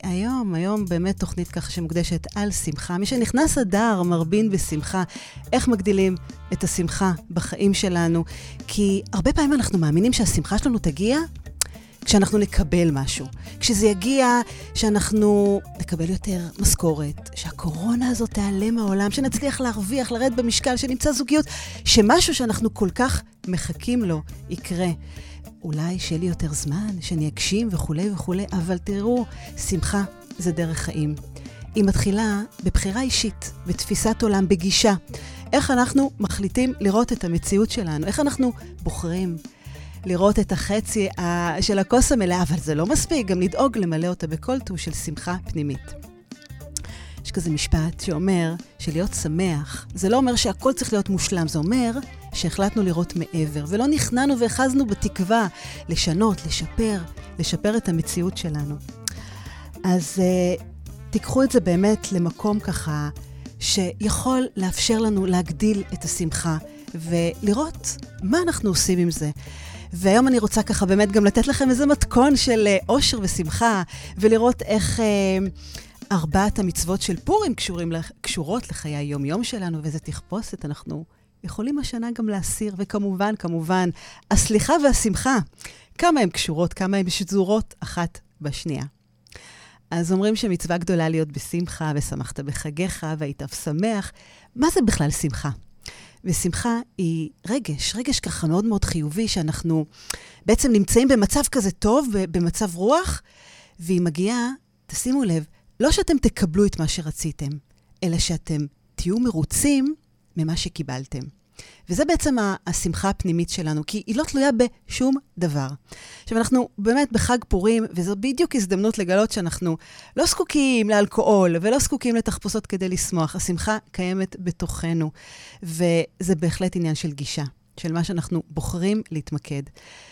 היום באמת תוכנית ככה שמוקדשת על שמחה. מי שנכנס אדר מרבין בשמחה. איך מגדילים את השמחה בחיים שלנו? כי הרבה פעמים אנחנו מאמינים שהשמחה שלנו תגיע כשאנחנו נקבל משהו. כשזה יגיע שאנחנו נקבל יותר משכורת, שהקורונה הזאת תיעלם מהעולם, שנצליח להרוויח, לרדת במשקל, שנמצא זוגיות, שמשהו שאנחנו כל כך מחכים לו יקרה. אולי שיהיה לי יותר זמן, שאני אגשים וכו' וכו', אבל תראו, שמחה זה דרך חיים. היא מתחילה בבחירה אישית, בתפיסת עולם, בגישה. איך אנחנו מחליטים לראות את המציאות שלנו? איך אנחנו בוחרים לראות את החצי של הכוס המלאה, אבל זה לא מספיק, גם לדאוג למלא אותה בכל טוב של שמחה פנימית. יש כזה משפט שאומר שלהיות שמח, זה לא אומר שהכל צריך להיות מושלם, זה אומר שהחלטנו לראות מעבר, ולא נכנענו והחזנו בתקווה לשנות, לשפר את המציאות שלנו. אז תיקחו את זה באמת למקום ככה, שיכול לאפשר לנו להגדיל את השמחה, ולראות מה אנחנו עושים עם זה. והיום אני רוצה ככה באמת גם לתת לכם איזה מתכון של אושר ושמחה, ולראות איך ארבעת המצוות של פורים קשורות לחיי היום-יום שלנו, ואיזה תחפושת אנחנו יכולים השנה גם להסיר, וכמובן, הסליחה והשמחה, כמה הן קשורות, כמה הן שזורות אחת בשנייה. אז אומרים שמצווה גדולה להיות בשמחה, ושמחת בחגיך, והיית שמח. מה זה בכלל שמחה? ושמחה היא רגש ככה מאוד מאוד חיובי, שאנחנו בעצם נמצאים במצב כזה טוב, במצב רוח, והיא מגיעה, תשימו לב, לא שאתם תקבלו את מה שרציתם, אלא שאתם תהיו מרוצים ממה שקיבלתם. וזה בעצם השמחה הפנימית שלנו, כי היא לא תלויה בשום דבר. עכשיו, אנחנו באמת בחג פורים, וזו בדיוק הזדמנות לגלות שאנחנו לא זקוקים לאלכוהול, ולא זקוקים לתחפושות כדי לשמוח. השמחה קיימת בתוכנו, וזה בהחלט עניין של גישה, של מה שאנחנו בוחרים להתמקד.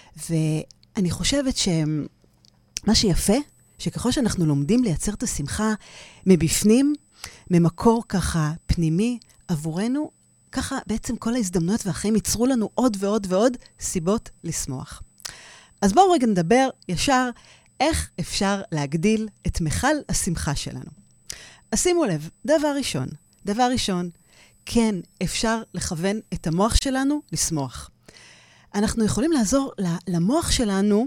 ואני חושבת שמה שיפה, שככל שאנחנו לומדים לייצר את השמחה מבפנים, ממקור ככה פנימי עבורנו, ככה בעצם כל ההזדמנויות והחיים ייצרו לנו עוד ועוד ועוד סיבות לשמוח. אז בואו רגע נדבר ישר איך אפשר להגדיל את מחל השמחה שלנו. אז שימו לב, דבר ראשון, כן, אפשר לכוון את המוח שלנו לשמוח. אנחנו יכולים לעזור למוח שלנו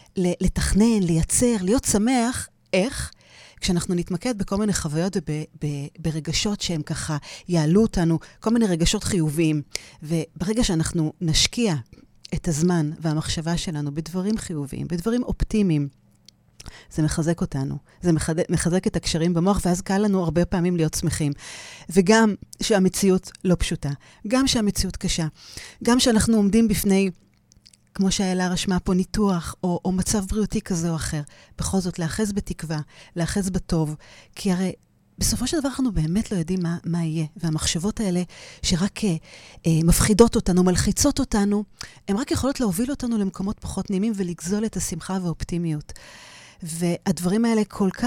לתכנן, לייצר, להיות שמח. איך? כשאנחנו נתמקד בכל מיני חוויות וברגשות שהם ככה יעלו אותנו, כל מיני רגשות חיוביים. וברגע שאנחנו נשקיע את הזמן והמחשבה שלנו בדברים חיוביים, בדברים אופטימיים, זה מחזק אותנו. זה מחזק את הקשרים במוח, ואז קל לנו הרבה פעמים להיות שמחים. וגם שהמציאות לא פשוטה. גם שהמציאות קשה. גם שאנחנו עומדים בפני, כמו שהאלה רשמה פה, ניתוח או מצב בריאותי כזה או אחר. בכל זאת, לאחז בתקווה, לאחז בטוב, כי הרי בסופו של דבר אנחנו באמת לא יודעים מה יהיה. והמחשבות האלה שרק מפחידות אותנו, מלחיצות אותנו, הן רק יכולות להוביל אותנו למקומות פחות נעימים ולגזול את השמחה והאופטימיות. והדברים האלה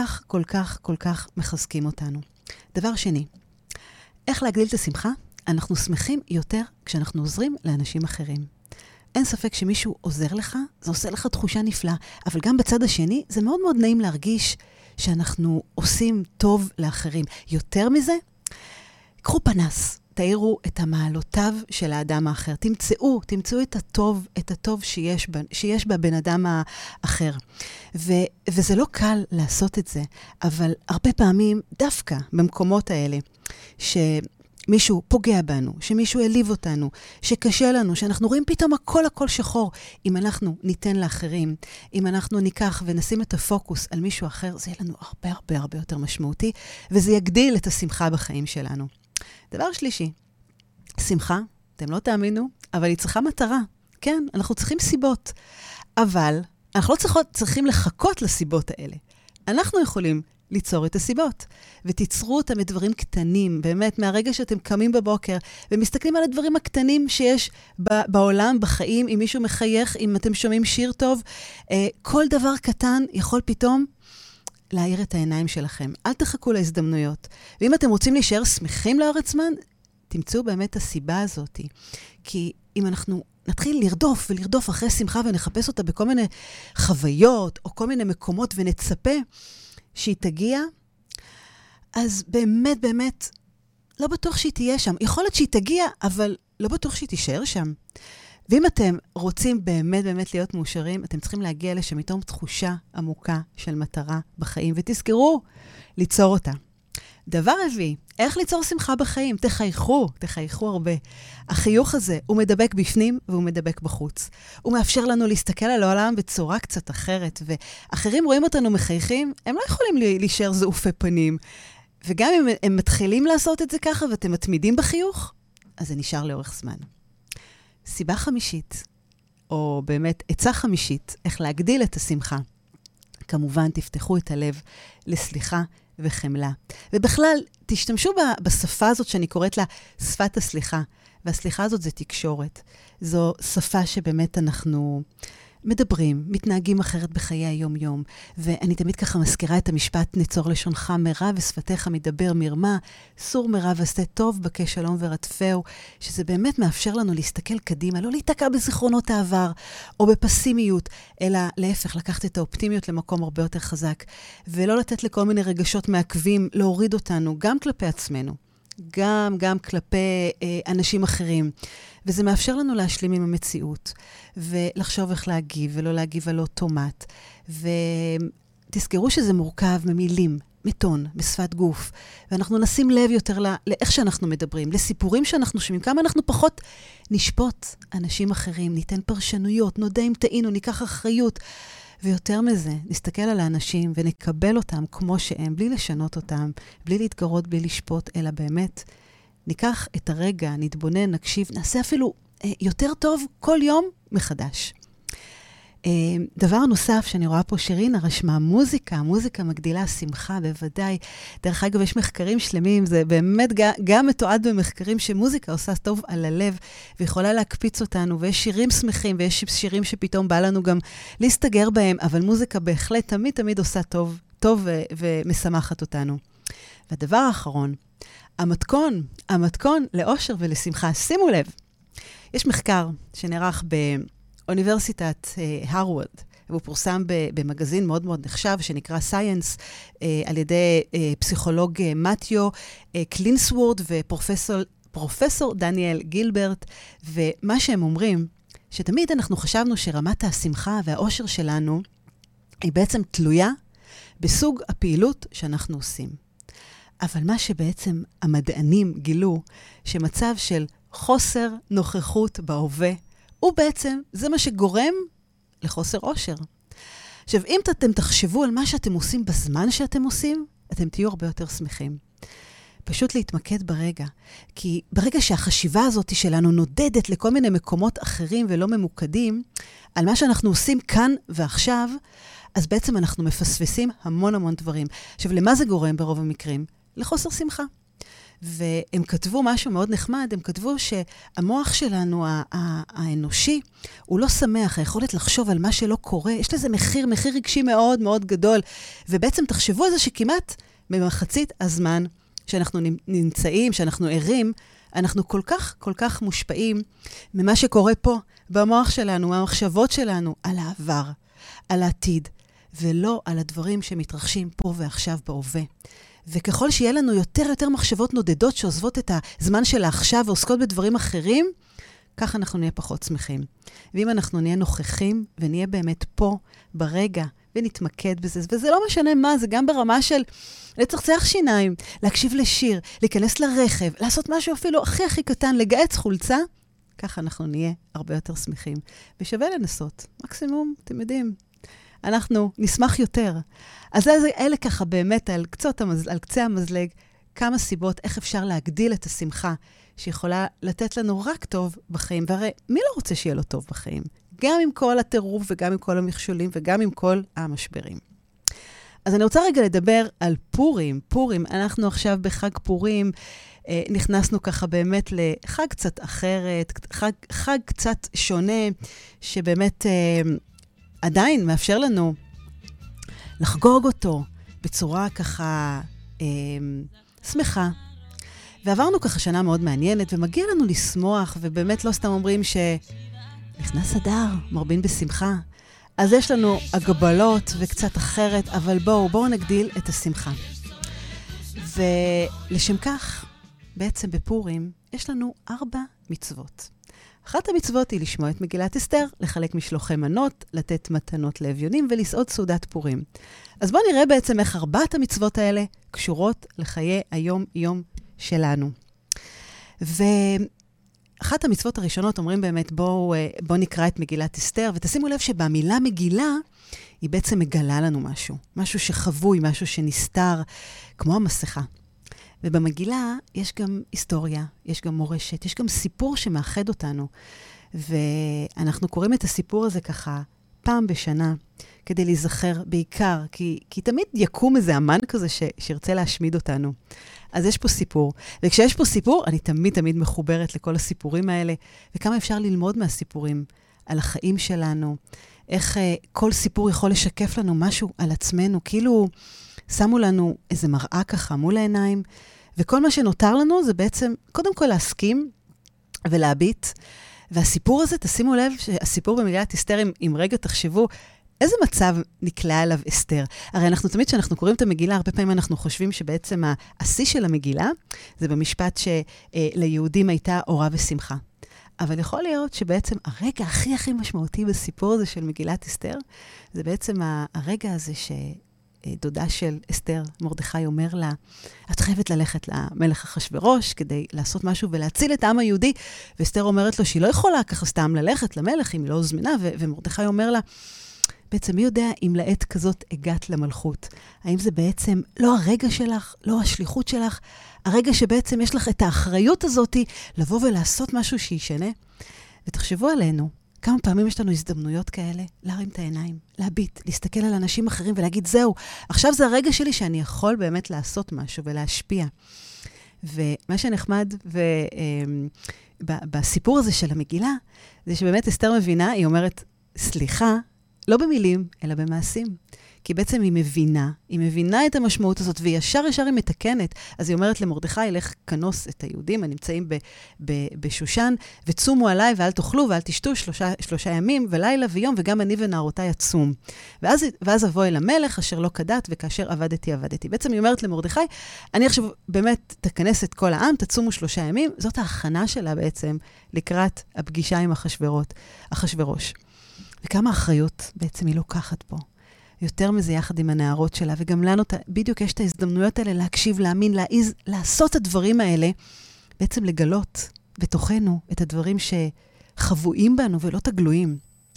כל כך מחזקים אותנו. דבר שני, איך להגדיל את השמחה? אנחנו שמחים יותר כשאנחנו עוזרים לאנשים אחרים. אין ספק שמישהו עוזר לך, זה עושה לך תחושה נפלאה, אבל גם בצד השני, זה מאוד מאוד נעים להרגיש שאנחנו עושים טוב לאחרים. יותר מזה, קחו פנס, תאירו את המעלותיו של האדם האחר. תמצאו את הטוב שיש בבן אדם האחר. וזה לא קל לעשות את זה, אבל הרבה פעמים דווקא במקומות האלה, מישהו פוגע בנו, שמישהו העליב אותנו, שקשה לנו, שאנחנו רואים פתאום הכל שחור. אם אנחנו ניתן לאחרים, אם אנחנו ניקח ונשים את הפוקוס על מישהו אחר, זה יהיה לנו הרבה יותר משמעותי, וזה יגדיל את השמחה בחיים שלנו. דבר שלישי, שמחה, אתם לא תאמינו, אבל היא צריכה מטרה. כן, אנחנו צריכים סיבות, אבל אנחנו לא צריכים לחכות לסיבות האלה. אנחנו יכולים ליצור את הסיבות, ותיצרו אותם מדברים קטנים, באמת, מהרגע שאתם קמים בבוקר, ומסתכלים על הדברים הקטנים שיש בעולם, בחיים, אם מישהו מחייך, אם אתם שומעים שיר טוב, כל דבר קטן יכול פתאום להאיר את העיניים שלכם. אל תחכו להזדמנויות. ואם אתם רוצים להישאר שמחים לאורך זמן, תמצאו באמת הסיבה הזאת. כי אם אנחנו נתחיל לרדוף אחרי שמחה, ונחפש אותה בכל מיני חוויות, או כל מיני מקומות, ונצפה, שהיא תגיע, אז באמת, באמת, לא בטוח שהיא תהיה שם. יכול להיות שהיא תגיע, אבל לא בטוח שהיא תישאר שם. ואם אתם רוצים באמת באמת להיות מאושרים, אתם צריכים להגיע לשם מתום תחושה עמוקה של מטרה בחיים, ותזכרו ליצור אותה. דבר רביעי, איך ליצור שמחה בחיים? תחייכו הרבה. החיוך הזה, הוא מדבק בפנים והוא מדבק בחוץ. הוא מאפשר לנו להסתכל על העולם בצורה קצת אחרת, ואחרים רואים אותנו מחייכים, הם לא יכולים להישאר זעופי פנים. וגם אם הם מתחילים לעשות את זה ככה ואתם מתמידים בחיוך, אז זה נשאר לאורך זמן. סיבה חמישית, או באמת עצה חמישית, איך להגדיל את השמחה. כמובן, תפתחו את הלב לסליחה וחמלה. ובכלל, תשתמשו בשפה הזאת שאני קוראת לה שפת הסליחה. והסליחה הזאת זה תקשורת. זו שפה שבאמת אנחנו מדברים, מתנהגים אחרת בחיי היום-יום. ואני תמיד ככה מזכירה את המשפט, נצור לשונך מרע ושפתיך מדבר מרמה, סור מרע ועשה טוב, בקש שלום ורדפהו, שזה באמת מאפשר לנו להסתכל קדימה, לא להיתקע בזיכרונות העבר או בפסימיות, אלא להפך, לקחת את האופטימיות למקום הרבה יותר חזק, ולא לתת לכל מיני רגשות מעכבים, להוריד אותנו, גם כלפי עצמנו, גם כלפי אנשים אחרים. וזה מאפשר לנו להשלים עם המציאות, ולחשוב איך להגיב, ולא להגיב על אוטומט. ותזכרו שזה מורכב ממילים, מטון, בשפת גוף. ואנחנו נשים לב יותר לאיך שאנחנו מדברים, לסיפורים שאנחנו שומעים, כמה אנחנו פחות נשפוט אנשים אחרים, ניתן פרשנויות, נודה אם טעינו, ניקח אחריות. ויותר מזה, נסתכל על האנשים ונקבל אותם כמו שהם, בלי לשנות אותם, בלי להתגרות, בלי לשפוט, אלא באמת ניקח את הרגע, נתבונן, נקשיב, נעשה אפילו יותר טוב כל יום מחדש. דבר נוסף שאני רואה פה, שירינה רשמה, מוזיקה מגדילה שמחה, בוודאי. דרך אגב, יש מחקרים שלמים, זה באמת גם מתועד במחקרים שמוזיקה עושה טוב על הלב, ויכולה להקפיץ אותנו, ויש שירים שמחים, ויש שירים שפתאום בא לנו גם להסתגר בהם, אבל מוזיקה בהחלט תמיד עושה טוב ומשמחת אותנו. והדבר האחרון, המתכון לאושר ולשמחה. שימו לב, יש מחקר שנערך באוניברסיטת הרווארד, והוא פורסם במגזין מאוד מאוד נחשב, שנקרא Science, על ידי פסיכולוג מתיו קלינסוורד ופרופסור דניאל גילברט, ומה שהם אומרים, שתמיד אנחנו חשבנו שרמת השמחה והאושר שלנו, היא בעצם תלויה בסוג הפעילות שאנחנו עושים. אבל מה שבעצם המדענים גילו, שמצב של חוסר נוכחות בהווה, הוא בעצם, זה מה שגורם לחוסר אושר. עכשיו, אם אתם תחשבו על מה שאתם עושים בזמן שאתם עושים, אתם תהיו הרבה יותר שמחים. פשוט להתמקד ברגע. כי ברגע שהחשיבה הזאת שלנו נודדת לכל מיני מקומות אחרים ולא ממוקדים, על מה שאנחנו עושים כאן ועכשיו, אז בעצם אנחנו מפספסים המון דברים. עכשיו, למה זה גורם ברוב המקרים? לחוסר שמחה. והם כתבו משהו מאוד נחמד, הם כתבו שהמוח שלנו, האנושי, הוא לא שמח, היכולת לחשוב על מה שלא קורה, יש לזה מחיר רגשי מאוד מאוד גדול, ובעצם תחשבו על זה שכמעט במחצית הזמן שאנחנו נמצאים, שאנחנו ערים, אנחנו כל כך מושפעים ממה שקורה פה, במוח שלנו, מהמחשבות שלנו, על העבר, על העתיד, ולא על הדברים שמתרחשים פה ועכשיו בהווה. וככל שיהיה לנו יותר מחשבות נודדות שעוזבות את הזמן של העכשיו ועוסקות בדברים אחרים, ככה אנחנו נהיה פחות שמחים. ואם אנחנו נהיה נוכחים ונהיה באמת פה ברגע ונתמקד בזה, וזה לא משנה מה, זה גם ברמה של לצחצח שיניים, להקשיב לשיר, להיכנס לרכב, לעשות משהו אפילו הכי קטן, לגעץ חולצה, ככה אנחנו נהיה הרבה יותר שמחים. ושווה לנסות. מקסימום, אתם יודעים, אנחנו נשמח יותר. אז אלה ככה באמת על קצה המזלג, כמה סיבות איך אפשר להגדיל את השמחה שיכולה לתת לנו רק טוב בחיים. והרי מי לא רוצה שיהיה לו טוב בחיים? גם עם כל הטירוף וגם עם כל המכשולים וגם עם כל המשברים. אז אני רוצה רגע לדבר על פורים. אנחנו עכשיו בחג פורים, נכנסנו ככה באמת לחג קצת אחרת, חג קצת שונה, שבאמת עדיין מאפשר לנו לחגוג אותו בצורה ככה שמחה. ועברנו ככה שנה מאוד מעניינת, ומגיע לנו לשמוח, ובאמת לא סתם אומרים שנכנס אדר, מרבין בשמחה. אז יש לנו הגבלות וקצת אחרת, אבל בואו נגדיל את השמחה. ולשם כך, בעצם בפורים, יש לנו 4 מצוות. אחת המצוות היא לשמוע את מגילת אסתר, לחלק משלוחי מנות, לתת מתנות לאביונים ולסעוד סעודת פורים. אז בואו נראה בעצם איך 4 המצוות האלה קשורות לחיי היום-יום שלנו. ואחת המצוות הראשונות אומרים באמת, בואו נקרא את מגילת אסתר, ותשימו לב שבמילה מגילה, היא בעצם מגלה לנו משהו שחבוי, משהו שנסתר, כמו המסכה. ובמגילה יש גם היסטוריה, יש גם מורשת, יש גם סיפור שמאחד אותנו. ואנחנו קוראים את הסיפור הזה ככה פעם בשנה, כדי להיזכר בעיקר, כי תמיד יקום איזה אמן כזה שירצה להשמיד אותנו. אז יש פה סיפור. וכשיש פה סיפור, אני תמיד מחוברת לכל הסיפורים האלה, וכמה אפשר ללמוד מהסיפורים על החיים שלנו, איך כל סיפור יכול לשקף לנו משהו על עצמנו, כאילו שמו לנו איזה מראה ככה מול העיניים, וכל מה שנותר לנו זה בעצם, קודם כל להסכים ולהביט, והסיפור הזה, תשימו לב שהסיפור במגילת אסתר, אם רגע תחשבו, איזה מצב נקלעה אליו אסתר? הרי אנחנו תמיד כשאנחנו קוראים את המגילה, הרבה פעמים אנחנו חושבים שבעצם השיא של המגילה, זה במשפט שליהודים הייתה אורה ושמחה. אבל יכול להיות שבעצם הרגע הכי משמעותי בסיפור הזה של מגילת אסתר, זה בעצם הרגע הזה שדודה של אסתר, מרדכי, אומר לה, את חייבת ללכת למלך אחשוורוש כדי לעשות משהו ולהציל את העם היהודי, ואסתר אומרת לו שהיא לא יכולה ככה סתם ללכת למלך אם היא לא הוזמנה, ומרדכי אומר לה, בעצם מי יודע אם לעת כזאת הגעת למלכות? האם זה בעצם לא הרגע שלך, לא השליחות שלך, הרגע שבעצם יש לך את האחריות הזאת לבוא ולעשות משהו שישנה? ותחשבו עלינו, כמה פעמים יש לנו הזדמנויות כאלה, להרים את העיניים, להביט, להסתכל על אנשים אחרים ולהגיד, זהו, עכשיו זה הרגע שלי שאני יכול באמת לעשות משהו ולהשפיע. ומה שנחמד בסיפור הזה של המגילה, זה שבאמת אסתר מבינה, היא אומרת, סליחה, לא במילים, אלא במעשים. כי בעצם היא מבינה את המשמעות הזאת, וישר היא מתקנת. אז היא אומרת למרדכי, לך כנוס את היהודים הנמצאים בשושן, וצומו עליי ואל תאכלו ואל תשתו 3 ימים ולילה ויום, וגם אני ונערותי אצום. ואז אבוא אל המלך, אשר לא כדת, וכאשר עבדתי. בעצם היא אומרת למרדכי, אני עכשיו באמת תכנס את כל העם, תצומו 3 ימים, זאת ההכנה שלה בעצם לקראת הפגישה עם אחשוורוש. וכמה אחריות בעצם היא לוקחת פה. יותר מזה יחד עם הנערות שלה, וגם לנו בדיוק יש את ההזדמנויות האלה להקשיב, להאמין, להעיז, לעשות את הדברים האלה, בעצם לגלות בתוכנו את הדברים שחבויים בנו ולא תגלויים.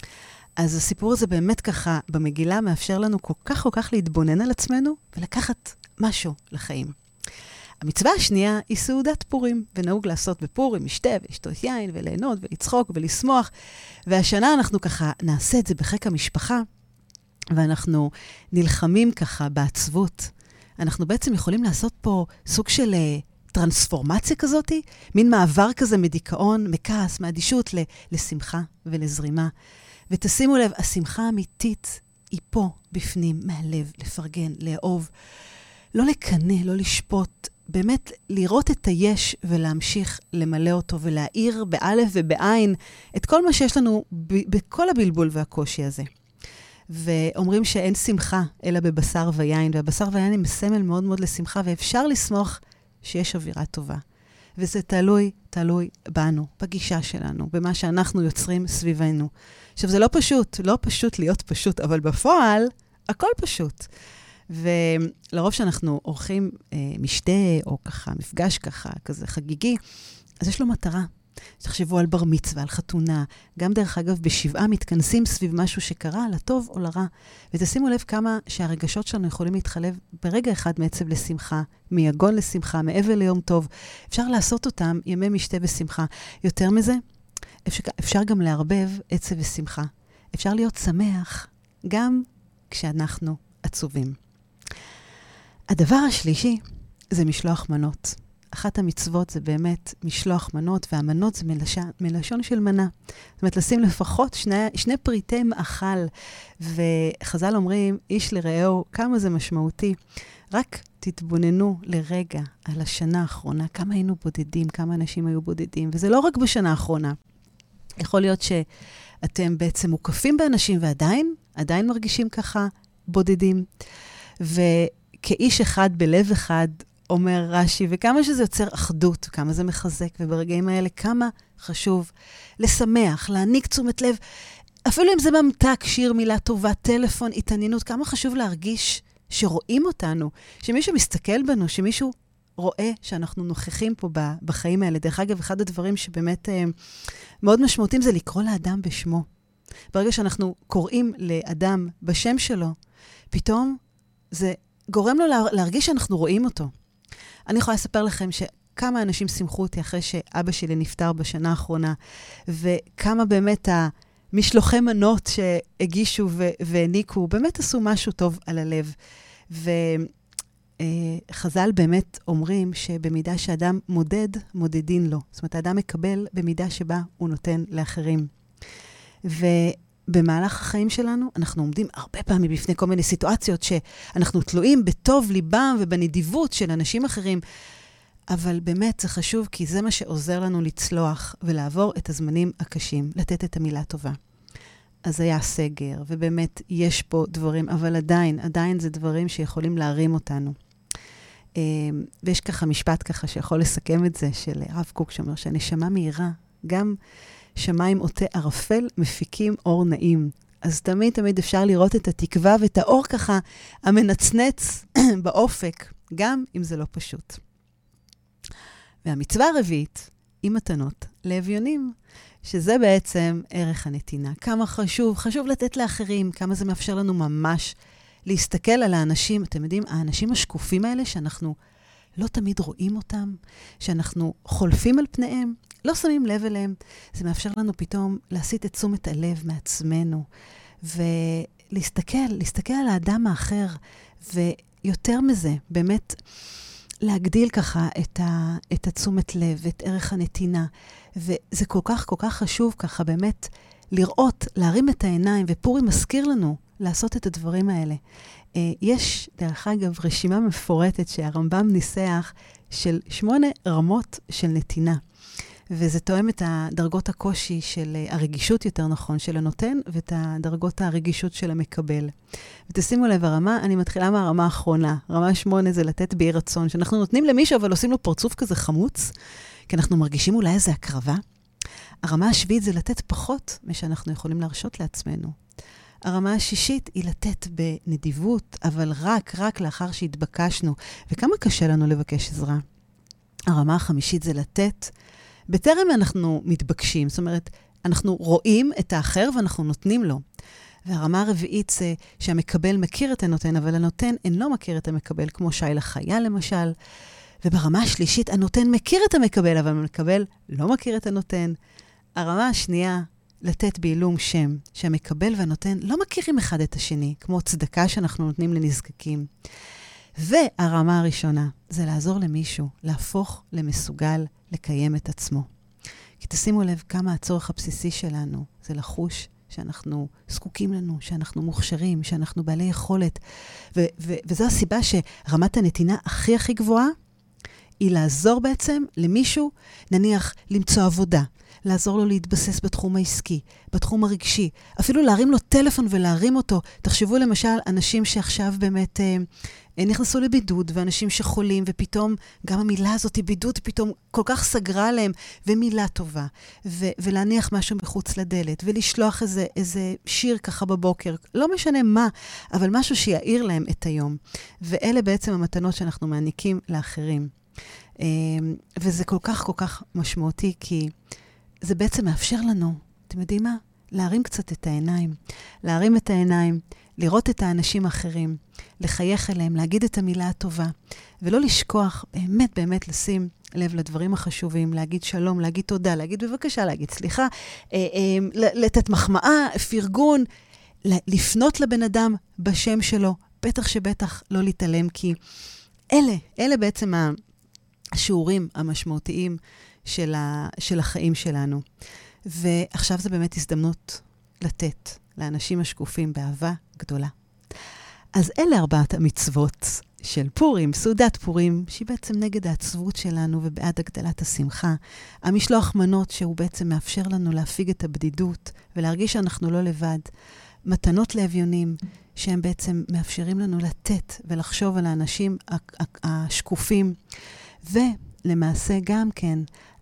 אז הסיפור הזה באמת ככה במגילה מאפשר לנו כל כך להתבונן על עצמנו ולקחת משהו לחיים. המצווה השנייה היא סעודת פורים, ונהוג לעשות בפורים, משתה ולשתות יין וליהנות ולצחוק ולשמוח, והשנה אנחנו ככה נעשה את זה בחיק המשפחה, ואנחנו נלחמים ככה בעצבות. אנחנו בעצם יכולים לעשות פה סוג של טרנספורמציה כזאת, מין מעבר כזה מדיכאון, מכעס, מאדישות לשמחה ולזרימה. ותשימו לב, השמחה האמיתית היא פה בפנים, מהלב, לפרגן, לאהוב, לא לקנא, לא לשפוט, באמת לראות את היש ולהמשיך למלא אותו ולהאיר באלף ובעין את כל מה שיש לנו בכל הבלבול והקושי הזה. ואומרים שאין שמחה אלא בבשר ויין, והבשר ויין הם סמל מאוד מאוד לשמחה, ואפשר לסמוך שיש אווירה טובה. וזה תלוי בנו, בגישה שלנו, במה שאנחנו יוצרים סביבנו. עכשיו זה לא פשוט להיות פשוט, אבל בפועל הכל פשוט. ולרוב שאנחנו עורכים משתה או ככה, מפגש ככה, כזה חגיגי, אז יש לו מטרה. תחשבו על בר מצווה, על חתונה, גם דרך אגב בשבעה מתכנסים סביב משהו שקרה, לטוב או לרע. ותשימו לב כמה שהרגשות שלנו יכולים להתחלב ברגע אחד מעצב לשמחה, מיגון לשמחה, מעבר ליום טוב. אפשר לעשות אותם ימי משתה ושמחה. יותר מזה, אפשר גם לערבב עצב ושמחה. אפשר להיות שמח גם כשאנחנו עצובים. הדבר השלישי זה משלוח מנות. אחת המצוות זה באמת משלוח מנות, והמנות זה מלשון של מנה. זאת אומרת, לשים לפחות שני פריטי מאכל, וחז"ל אומרים, איש לרעהו, כמה זה משמעותי. רק תתבוננו לרגע על השנה האחרונה, כמה היינו בודדים, כמה אנשים היו בודדים, וזה לא רק בשנה האחרונה. יכול להיות שאתם בעצם מוקפים באנשים ועדיין מרגישים ככה בודדים. וכאיש אחד בלב אחד, אומר רש"י, וכמה שזה יוצר אחדות, כמה זה מחזק, וברגעים האלה כמה חשוב לשמח, להעניק תשומת לב, אפילו אם זה ממתק, שיר, מילה טובה, טלפון, התעניינות, כמה חשוב להרגיש שרואים אותנו, שמישהו מסתכל בנו, שמישהו רואה שאנחנו נוכחים פה בחיים האלה. דרך אגב, אחד הדברים שבאמת מאוד משמעותיים זה לקרוא לאדם בשמו. ברגע שאנחנו קוראים לאדם בשם שלו, פתאום זה גורם לו להרגיש שאנחנו רואים אותו. אני יכולה לספר לכם שכמה אנשים שמחו אותי אחרי שאבא שלי נפטר בשנה האחרונה, וכמה באמת המשלוחי מנות שהגישו והעניקו, באמת עשו משהו טוב על הלב. וחז"ל באמת אומרים שבמידה שאדם מודד, מודדין לו. זאת אומרת, האדם מקבל במידה שבה הוא נותן לאחרים. במהלך החיים שלנו, אנחנו עומדים הרבה פעמים בפני כל מיני סיטואציות שאנחנו תלויים בטוב ליבם ובנדיבות של אנשים אחרים, אבל באמת זה חשוב כי זה מה שעוזר לנו לצלוח ולעבור את הזמנים הקשים, לתת את המילה טובה. אז היה סגר, ובאמת יש פה דברים, אבל עדיין זה דברים שיכולים להרים אותנו. ויש ככה משפט ככה שיכול לסכם את זה, של הרב קוק שאומר שהנשמה מהירה, גם שמיים עוטה ערפל מפיקים אור נעים. אז תמיד אפשר לראות את התקווה ואת האור ככה המנצנץ באופק, גם אם זה לא פשוט. והמצווה הרביעית היא מתנות לאביונים, שזה בעצם ערך הנתינה. כמה חשוב לתת לאחרים, כמה זה מאפשר לנו ממש להסתכל על האנשים, אתם יודעים, האנשים השקופים האלה שאנחנו לא תמיד רואים אותם, שאנחנו חולפים על פניהם, לא שמים לב אליהם. זה מאפשר לנו פתאום להסיט את תשומת הלב מעצמנו, להסתכל על האדם האחר, ויותר מזה, באמת להגדיל ככה את התשומת לב, את ערך הנתינה. וזה כל כך חשוב ככה באמת לראות, להרים את העיניים, ופורים מזכיר לנו לעשות את הדברים האלה. יש, דרך אגב, רשימה מפורטת שהרמב"ם ניסח של 8 רמות של נתינה. וזה תואם את דרגות הקושי של הרגישות, יותר נכון, של הנותן, ואת דרגות הרגישות של המקבל. ותשימו לב, אני מתחילה מהרמה האחרונה. רמה 8 זה לתת בי רצון, שאנחנו נותנים למישהו, אבל עושים לו פרצוף כזה חמוץ, כי אנחנו מרגישים אולי איזה הקרבה. הרמה השביעית זה לתת פחות משאנחנו יכולים להרשות לעצמנו. הרמה השישית היא לתת בנדיבות, אבל רק לאחר שהתבקשנו. וכמה קשה לנו לבקש עזרה. הרמה החמישית זה לתת בטרם אנחנו מתבקשים. זאת אומרת, אנחנו רואים את האחר ואנחנו נותנים לו. והרמה הרביעית זה שהמקבל מכיר את הנותן, אבל הנותן אינו מכיר את המקבל, כמו שי לחיה למשל. וברמה השלישית, הנותן מכיר את המקבל, אבל המקבל לא מכיר את הנותן. הרמה השנייה, לתת בעילום שם, שהמקבל והנותן לא מכירים אחד את השני, כמו צדקה שאנחנו נותנים לנזקקים. והרמה הראשונה, זה לעזור למישהו, להפוך למסוגל לקיים את עצמו. כי תשימו לב כמה הצורך הבסיסי שלנו, זה לחוש שאנחנו זקוקים לנו, שאנחנו מוכשרים, שאנחנו בעלי יכולת. וזו הסיבה שרמת הנתינה הכי גבוהה, היא לעזור בעצם למישהו, נניח, למצוא עבודה, לעזור לו להתבסס בתחום העסקי, בתחום הרגשי, אפילו להרים לו טלפון ולהרים אותו. תחשבו למשל, אנשים שעכשיו באמת נכנסו לבידוד, ואנשים שחולים, ופתאום גם המילה הזאת, בידוד, פתאום כל כך סגרה להם, ומילה טובה, ולהניח משהו מחוץ לדלת, ולשלוח איזה שיר ככה בבוקר, לא משנה מה, אבל משהו שיעיר להם את היום. ואלה בעצם המתנות שאנחנו מעניקים לאחרים. וזה כל כך משמעותי, כי זה בעצם מאפשר לנו, אתם יודעים מה? להרים קצת את העיניים. להרים את העיניים, לראות את האנשים האחרים, לחייך אליהם, להגיד את המילה הטובה, ולא לשכוח, באמת לשים לב לדברים החשובים, להגיד שלום, להגיד תודה, להגיד בבקשה, להגיד סליחה, לתת מחמאה, פרגון, לפנות לבן אדם בשם שלו, בטח לא להתעלם, כי אלה בעצם השיעורים המשמעותיים של החיים שלנו. ועכשיו זה באמת הזדמנות לתת לאנשים השקופים באהבה גדולה. אז אלה 4 המצוות של פורים, סעודת פורים, שהיא בעצם נגד העצבות שלנו ובעד הגדלת השמחה. המשלוח מנות שהוא בעצם מאפשר לנו להפיג את הבדידות ולהרגיש שאנחנו לא לבד. מתנות לאביונים שהם בעצם מאפשרים לנו לתת ולחשוב על האנשים השקופים. ולמעשה גם כן,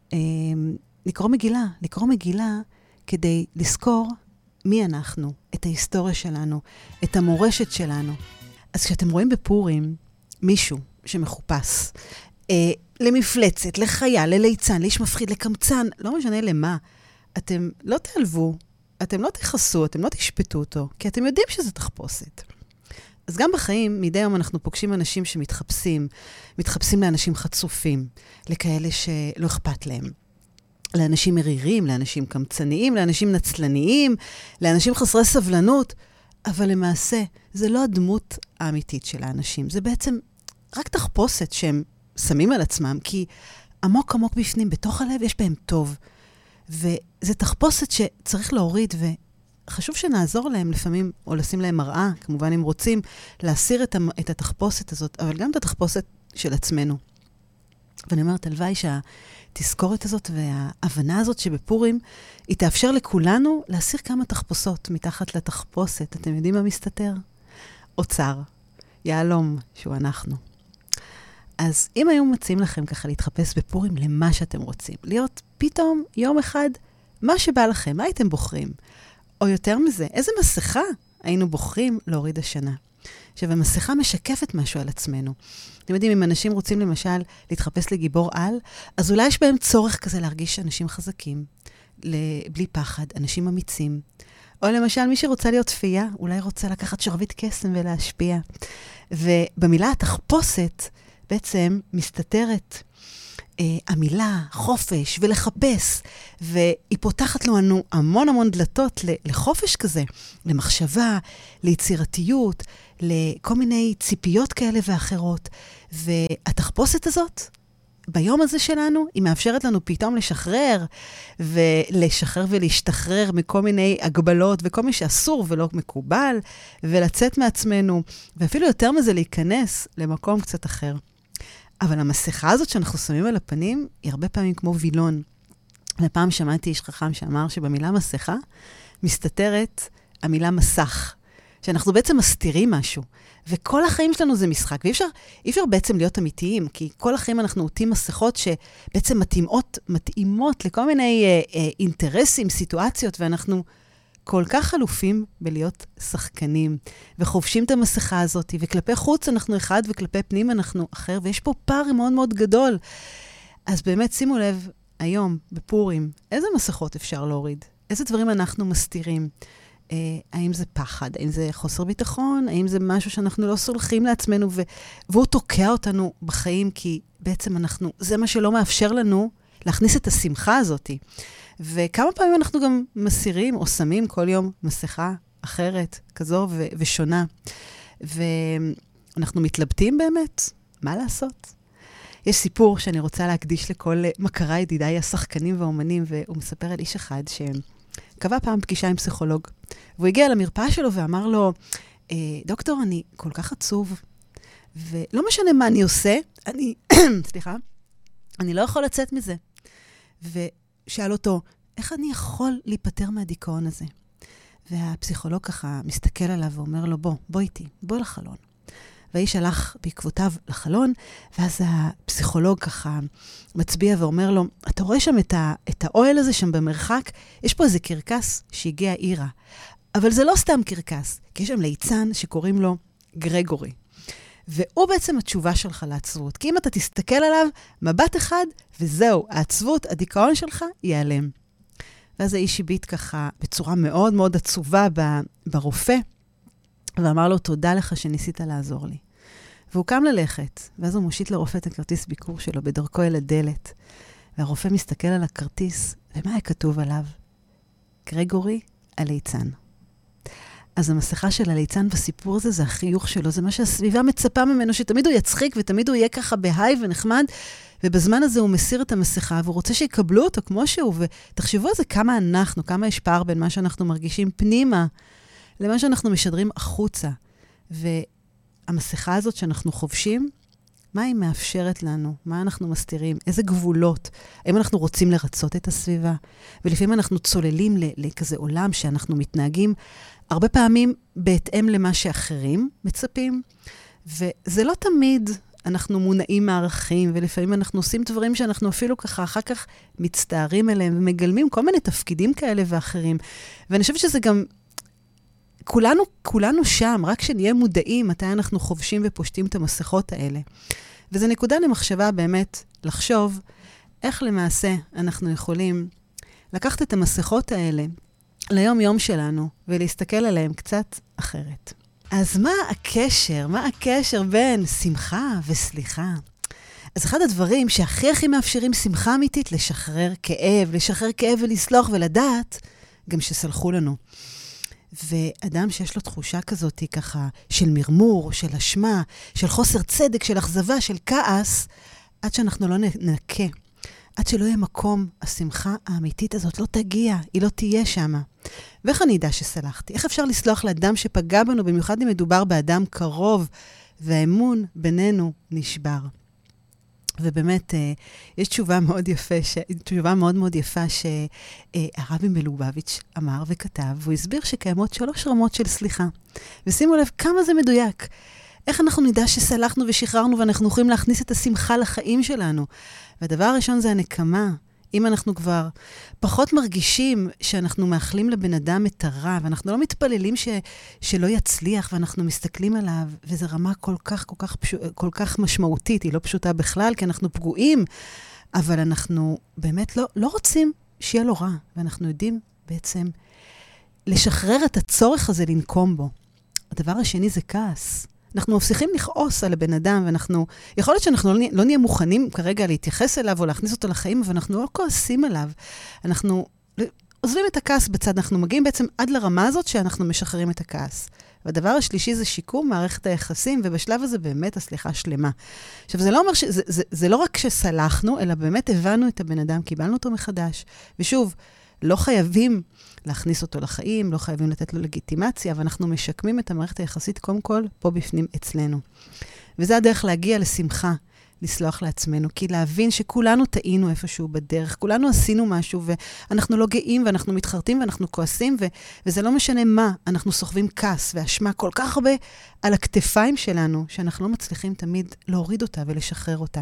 לקרוא מגילה כדי לזכור מי אנחנו, את ההיסטוריה שלנו, את המורשת שלנו. אז כשאתם רואים בפורים מישהו שמחופש, למפלצת, לחיה, לליצן, לאיש מפחיד, לקמצן, לא משנה למה, אתם לא תעלבו, אתם לא תחסו, אתם לא תשפטו אותו, כי אתם יודעים שזה תחפושת. אז גם בחיים, מדי יום אנחנו פוגשים אנשים שמתחפשים, מתחפשים לאנשים חצופים, לכאלה שלא אכפת להם. לאנשים מרירים, לאנשים קמצניים, לאנשים נצלניים, לאנשים חסרי סבלנות, אבל למעשה זה לא הדמות האמיתית של האנשים, זה בעצם רק תחפושת שהם שמים על עצמם, כי עמוק עמוק בפנים, בתוך הלב יש בהם טוב, וזה תחפושת שצריך להוריד, וחשוב שנעזור להם לפעמים, או לשים להם מראה, כמובן אם רוצים, להסיר את התחפושת הזאת, אבל גם את התחפושת של עצמנו. ואני אומרת, הלוואי שהתזכורת הזאת וההבנה הזאת שבפורים, היא תאפשר לכולנו להסיר כמה תחפושות מתחת לתחפושת. אתם יודעים מה מסתתר? אוצר, יעלום, שהוא אנחנו. אז אם היו מציעים לכם ככה להתחפש בפורים למה שאתם רוצים, להיות פתאום יום אחד מה שבא לכם, מה הייתם בוחרים? או יותר מזה, איזה מסכה היינו בוחרים להוריד השנה? עכשיו, המסכה משקפת משהו על עצמנו. אתם יודעים, אם אנשים רוצים למשל להתחפש לגיבור על, אז אולי יש בהם צורך כזה להרגיש אנשים חזקים, בלי פחד, אנשים אמיצים. או למשל, מי שרוצה להיות תפייה, אולי רוצה לקחת שרביט קסם ולהשפיע. ובמילה התחפושת בעצם מסתתרת המילה חופש ולחפש, והיא פותחת לנו המון המון דלתות לחופש כזה, למחשבה, ליצירתיות, לכל מיני ציפיות כאלה ואחרות. והתחפושת הזאת, ביום הזה שלנו, היא מאפשרת לנו פתאום לשחרר ולהשתחרר מכל מיני הגבלות, וכל מי שאסור ולא מקובל, ולצאת מעצמנו, ואפילו יותר מזה להיכנס למקום קצת אחר. אבל המסכה הזאת שאנחנו שמים על הפנים, היא הרבה פעמים כמו וילון. לפעם שמעתי איש חכם שאמר שבמילה מסכה מסתתרת המילה מסך. שאנחנו בעצם מסתירים משהו. וכל החיים שלנו זה משחק. ואי אפשר בעצם להיות אמיתיים, כי כל החיים אנחנו עוטים מסכות שבעצם מתאימות לכל מיני אינטרסים, סיטואציות, ואנחנו כל כך חלופים בלהיות שחקנים, וחובשים את המסכה הזאת, וכלפי חוץ אנחנו אחד, וכלפי פנים אנחנו אחר, ויש פה פער מאוד מאוד גדול. אז באמת שימו לב, היום, בפורים, איזה מסכות אפשר להוריד? איזה דברים אנחנו מסתירים? האם זה פחד? האם זה חוסר ביטחון? האם זה משהו שאנחנו לא סולחים לעצמנו, והוא תוקע אותנו בחיים, כי בעצם זה מה שלא מאפשר לנו להכניס את השמחה הזאת. וכמה פעמים אנחנו גם מסירים או שמים כל יום מסכה אחרת, כזו ושונה. ואנחנו מתלבטים באמת, מה לעשות? יש סיפור שאני רוצה להקדיש לכל מכרה ידידיי השחקנים והאומנים, והוא מספר על איש אחד שקבע פעם פגישה עם פסיכולוג. והוא הגיע למרפאה שלו ואמר לו, דוקטור, אני כל כך עצוב, ולא משנה מה אני עושה, אני לא יכול לצאת מזה. ושאל אותו, איך אני יכול להיפטר מהדיכאון הזה? והפסיכולוג ככה מסתכל עליו ואומר לו, בוא איתי, בוא לחלון. והאיש הלך בעקבותיו לחלון, ואז הפסיכולוג ככה מצביע ואומר לו, אתה רואה שם את האוהל הזה שם במרחק? יש פה איזה קרקס שהגיע עירה. אבל זה לא סתם קרקס, כי יש שם ליצן שקוראים לו גרגורי. והוא בעצם התשובה שלך לעצבות. כי אם אתה תסתכל עליו, מבט אחד, וזהו, העצבות, הדיכאון שלך, ייעלם. ואז האיש הביט ככה בצורה מאוד מאוד עצובה ברופא, ואמר לו, תודה לך שניסית לעזור לי. והוא קם ללכת, ואז הוא מושיט לרופא את הכרטיס ביקור שלו בדרכו אל הדלת. והרופא מסתכל על הכרטיס, ומה היה כתוב עליו? גרגורי הליצן. אז המסכה של הליצן בסיפור הזה, זה החיוך שלו, זה מה שהסביבה מצפה ממנו, שתמיד הוא יצחיק, ותמיד הוא יהיה ככה בהיי ונחמד, ובזמן הזה הוא מסיר את המסכה, והוא רוצה שיקבלו אותו כמו שהוא, ותחשבו על זה כמה יש פער בין מה שאנחנו מרגישים פנימה, למה שאנחנו משדרים החוצה. המסכה הזאת שאנחנו חובשים, מה היא מאפשרת לנו? מה אנחנו מסתירים? איזה גבולות? האם אנחנו רוצים לרצות את הסביבה? ולפעמים אנחנו צוללים לכזה עולם שאנחנו מתנהגים הרבה פעמים בהתאם למה שאחרים מצפים, וזה לא תמיד אנחנו מונעים מערכים, ולפעמים אנחנו עושים דברים שאנחנו אפילו ככה אחר כך מצטערים אליהם, ומגלמים כל מיני תפקידים כאלה ואחרים. ואני חושבת שזה גם, כולנו שם, רק שנהיה מודעים מתי אנחנו חובשים ופושטים את המסכות האלה. וזו נקודה למחשבה באמת, לחשוב איך למעשה אנחנו יכולים לקחת את המסכות האלה ליום-יום שלנו, ולהסתכל עליהם קצת אחרת. אז מה הקשר בין שמחה וסליחה? אז אחד הדברים שהכי מאפשרים שמחה אמיתית, לשחרר כאב ולסלוח ולדעת גם שסלחו לנו. ואדם שיש לו תחושה כזאת ככה של מרמור, של אשמה, של חוסר צדק, של אכזבה, של כעס, עד שאנחנו לא ננקה, עד שלא יהיה מקום, השמחה האמיתית הזאת לא תגיע, היא לא תהיה שמה. ואיך אני אדע שסלחתי? איך אפשר לסלוח לאדם שפגע בנו, במיוחד אם מדובר באדם קרוב, והאמון בינינו נשבר? ובאמת, יש תשובה מאוד יפה שהרבי מלובביץ' אמר וכתב, והוא הסביר שקיימות 3 רמות של סליחה. ושימו לב כמה זה מדויק. איך אנחנו נדע שסלחנו ושחררנו ואנחנו יכולים להכניס את השמחה לחיים שלנו? והדבר הראשון זה הנקמה. אם אנחנו כבר פחות מרגישים שאנחנו מאחלים לבן אדם את הרע, ואנחנו לא מתפללים שלא יצליח, ואנחנו מסתכלים עליו, וזו רמה כל כך משמעותית, היא לא פשוטה בכלל, כי אנחנו פגועים, אבל אנחנו באמת לא רוצים שיהיה לו רע, ואנחנו יודעים בעצם לשחרר את הצורך הזה לנקום בו. הדבר השני זה כעס. אנחנו מפסיכים לכעוס על הבן אדם, יכול להיות שאנחנו לא נהיה מוכנים כרגע להתייחס אליו או להכניס אותו לחיים, אבל אנחנו לא כועסים עליו. אנחנו עוזבים את הכעס בצד, אנחנו מגיעים בעצם עד לרמה הזאת שאנחנו משחררים את הכעס. והדבר השלישי זה שיקום מערכת היחסים, ובשלב הזה באמת הסליחה שלמה. עכשיו, זה לא אומר זה לא רק שסלחנו, אלא באמת הבנו את הבן אדם, קיבלנו אותו מחדש. ושוב, לא חייבים להכניס אותו לחיים, לא חייבים לתת לו לגיטימציה, ואנחנו משקמים את המערכת היחסית קודם כל פה בפנים אצלנו. וזה הדרך להגיע לשמחה, לסלוח לעצמנו, כי להבין שכולנו טעינו איפשהו בדרך, כולנו עשינו משהו, ואנחנו לא גאים, ואנחנו מתחרטים, ואנחנו כועסים, וזה לא משנה מה, אנחנו סוחבים כעס ואשמה כל כך הרבה על הכתפיים שלנו, שאנחנו לא מצליחים תמיד להוריד אותה ולשחרר אותה.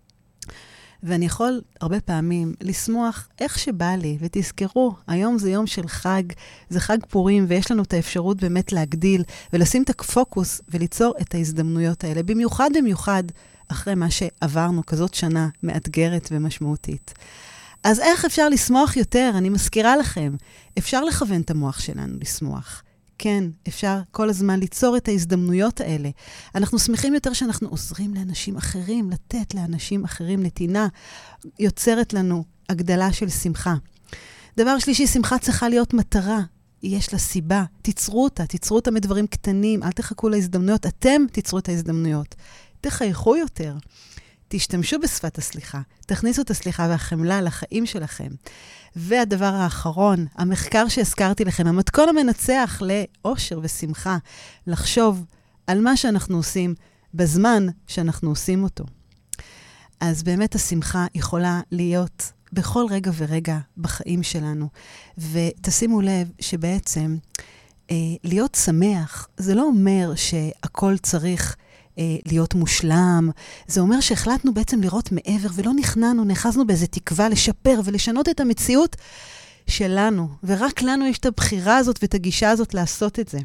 ואני יכול הרבה פעמים לשמוח איך שבא לי, ותזכרו, היום זה יום של חג, זה חג פורים, ויש לנו את האפשרות באמת להגדיל, ולשים את הפוקוס, וליצור את ההזדמנויות האלה, במיוחד אחרי מה שעברנו, כזאת שנה מאתגרת ומשמעותית. אז איך אפשר לשמוח יותר? אני מזכירה לכם, אפשר לכוון את המוח שלנו לשמוח. כן, אפשר כל הזמן ליצור את ההזדמנויות האלה. אנחנו שמחים יותר שאנחנו עוזרים לאנשים אחרים, לתת לאנשים אחרים נתינה, יוצרת לנו הגדלה של שמחה. דבר שלישי, שמחה צריכה להיות מטרה. יש לה סיבה, תיצרו אותה מדברים קטנים, אל תחכו להזדמנויות, אתם תיצרו את ההזדמנויות. תחייכו יותר, תשתמשו בשפת הסליחה, תכניסו את הסליחה והחמלה לחיים שלכם. והדבר האחרון, המחקר שהזכרתי לכם, המתכון המנצח לאושר ושמחה, לחשוב על מה שאנחנו עושים בזמן שאנחנו עושים אותו. אז באמת השמחה יכולה להיות בכל רגע ורגע בחיים שלנו. ותשימו לב שבעצם להיות שמח, זה לא אומר שהכל צריך להיות מושלם. זה אומר שהחלטנו בעצם לראות מעבר, ולא נכנענו, נאחזנו באיזה תקווה לשפר ולשנות את המציאות שלנו. ורק לנו יש את הבחירה הזאת ואת הגישה הזאת לעשות את זה.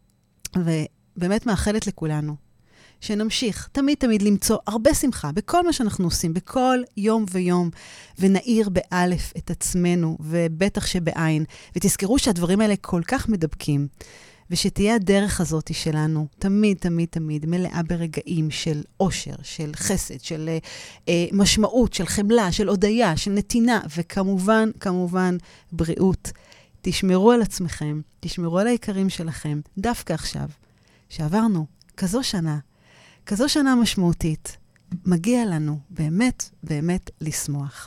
ובאמת מאחלת לכולנו שנמשיך תמיד למצוא הרבה שמחה בכל מה שאנחנו עושים, בכל יום ויום, ונעיר באלף את עצמנו, ובטח שבעין. ותזכרו שהדברים האלה כל כך מדבקים. ושתהיה הדרך הזאת שלנו, תמיד מלאה ברגעים של אושר, של חסד, של משמעות, של חמלה, של הודיה, של נתינה, וכמובן בריאות. תשמרו על עצמכם, תשמרו על היקרים שלכם, דווקא עכשיו, שעברנו כזו שנה משמעותית, מגיע לנו באמת לשמוח.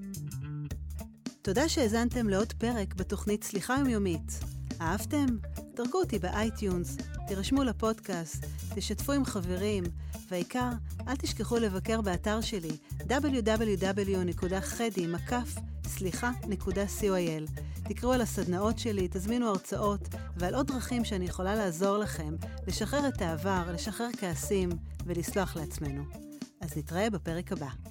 תודה שהזנתם לעוד פרק בתוכנית סליחה יומיומית. אהבתם? דרגו אותי באייטיונס, תירשמו לפודקאסט, תשתפו עם חברים, והעיקר, אל תשכחו לבקר באתר שלי www.khedi.co.il. תקראו על הסדנאות שלי, תזמינו הרצאות ועל עוד דרכים שאני יכולה לעזור לכם לשחרר את העבר, לשחרר כעסים ולסלוח לעצמנו. אז נתראה בפרק הבא.